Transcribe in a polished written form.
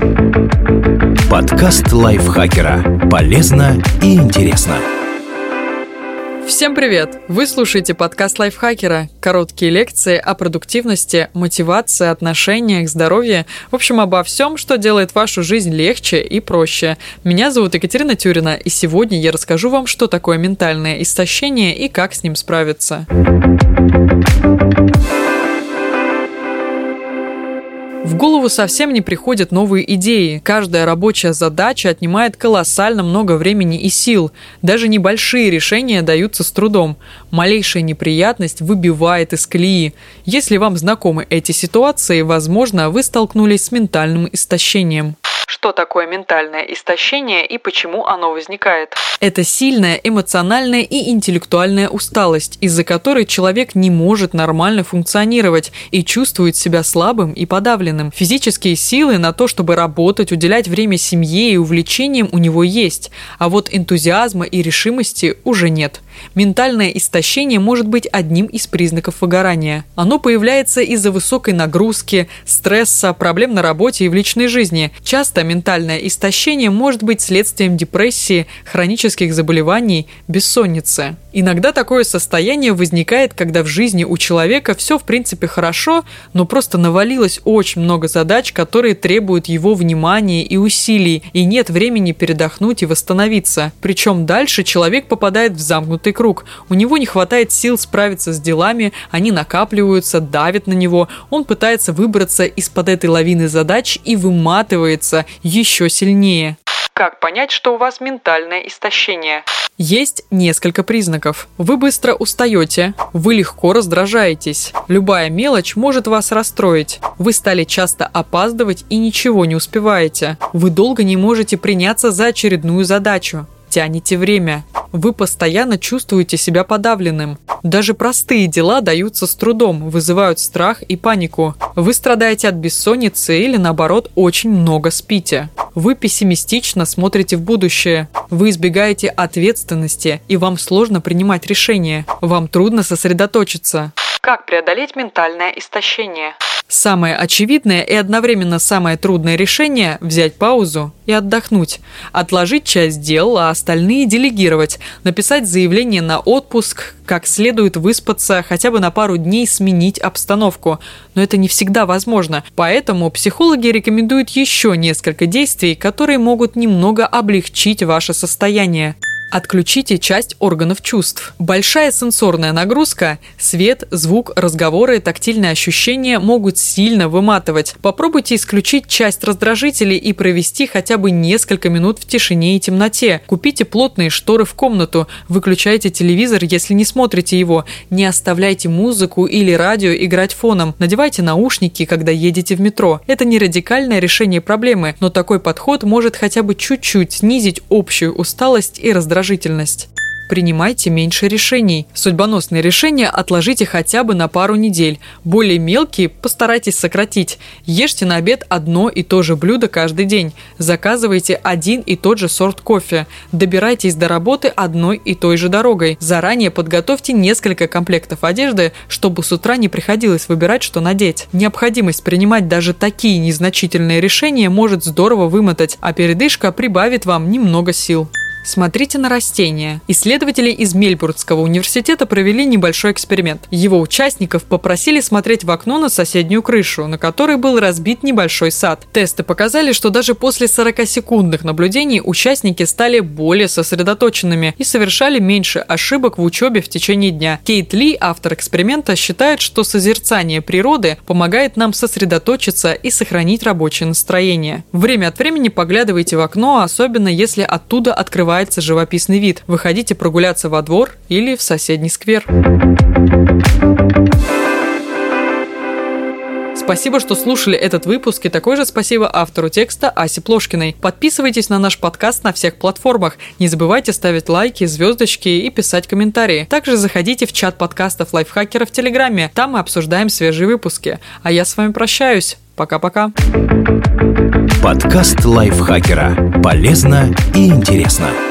Подкаст лайфхакера. Полезно и интересно. Всем привет! Вы слушаете подкаст лайфхакера. Короткие лекции о продуктивности, мотивации, отношениях, здоровье. В общем, обо всем, что делает вашу жизнь легче и проще. Меня зовут Екатерина Тюрина, и сегодня я расскажу вам, что такое ментальное истощение и как с ним справиться. В голову совсем не приходят новые идеи. Каждая рабочая задача отнимает колоссально много времени и сил. Даже небольшие решения даются с трудом. Малейшая неприятность выбивает из колеи. Если вам знакомы эти ситуации, возможно, вы столкнулись с ментальным истощением. Что такое ментальное истощение и почему оно возникает? Это сильная эмоциональная и интеллектуальная усталость, из-за которой человек не может нормально функционировать и чувствует себя слабым и подавленным. Физические силы на то, чтобы работать, уделять время семье и увлечениям у него есть, а вот энтузиазма и решимости уже нет. Ментальное истощение может быть одним из признаков выгорания. Оно появляется из-за высокой нагрузки, стресса, проблем на работе и в личной жизни. Часто ментальное истощение может быть следствием депрессии, хронических заболеваний, бессонницы. Иногда такое состояние возникает, когда в жизни у человека все в принципе хорошо, но просто навалилось очень много задач, которые требуют его внимания и усилий, и нет времени передохнуть и восстановиться. Причем дальше человек попадает в замкнутый круг. У него не хватает сил справиться с делами, они накапливаются, давят на него, он пытается выбраться из-под этой лавины задач и выматывается еще сильнее. Как понять, что у вас ментальное истощение? Есть несколько признаков. Вы быстро устаете, вы легко раздражаетесь, любая мелочь может вас расстроить, вы стали часто опаздывать и ничего не успеваете, вы долго не можете приняться за очередную задачу, тянете время, вы постоянно чувствуете себя подавленным. Даже простые дела даются с трудом, вызывают страх и панику. Вы страдаете от бессонницы или, наоборот, очень много спите. Вы пессимистично смотрите в будущее. Вы избегаете ответственности, и вам сложно принимать решения. Вам трудно сосредоточиться. Как преодолеть ментальное истощение? Самое очевидное и одновременно самое трудное решение – взять паузу и отдохнуть. Отложить часть дел, а остальные делегировать. Написать заявление на отпуск, как следует выспаться, хотя бы на пару дней сменить обстановку. Но это не всегда возможно. Поэтому психологи рекомендуют еще несколько действий, которые могут немного облегчить ваше состояние. Отключите часть органов чувств. Большая сенсорная нагрузка, свет, звук, разговоры, тактильные ощущения могут сильно выматывать. Попробуйте исключить часть раздражителей и провести хотя бы несколько минут в тишине и темноте. Купите плотные шторы в комнату, выключайте телевизор, если не смотрите его, не оставляйте музыку или радио играть фоном, надевайте наушники, когда едете в метро. Это не радикальное решение проблемы, но такой подход может хотя бы чуть-чуть снизить общую усталость и раздражительность. Принимайте меньше решений. Судьбоносные решения отложите хотя бы на пару недель. Более мелкие постарайтесь сократить. Ешьте на обед одно и то же блюдо каждый день. Заказывайте один и тот же сорт кофе. Добирайтесь до работы одной и той же дорогой. Заранее подготовьте несколько комплектов одежды, чтобы с утра не приходилось выбирать, что надеть. Необходимость принимать даже такие незначительные решения может здорово вымотать, а передышка прибавит вам немного сил. Смотрите на растения. Исследователи из Мельбурнского университета провели небольшой эксперимент. Его участников попросили смотреть в окно на соседнюю крышу, на которой был разбит небольшой сад. Тесты показали, что даже после 40-секундных наблюдений участники стали более сосредоточенными и совершали меньше ошибок в учебе в течение дня. Кейт Ли, автор эксперимента, считает, что созерцание природы помогает нам сосредоточиться и сохранить рабочее настроение. Время от времени поглядывайте в окно, особенно если оттуда открывается живописный вид. Выходите прогуляться во двор или в соседний сквер. Спасибо, что слушали этот выпуск, и такое же спасибо автору текста Асе Плошкиной. Подписывайтесь на наш подкаст на всех платформах. Не забывайте ставить лайки, звездочки и писать комментарии. Также заходите в чат подкастов лайфхакера в Телеграме. Там мы обсуждаем свежие выпуски. А я с вами прощаюсь. Пока-пока. Подкаст лайфхакера. Полезно и интересно.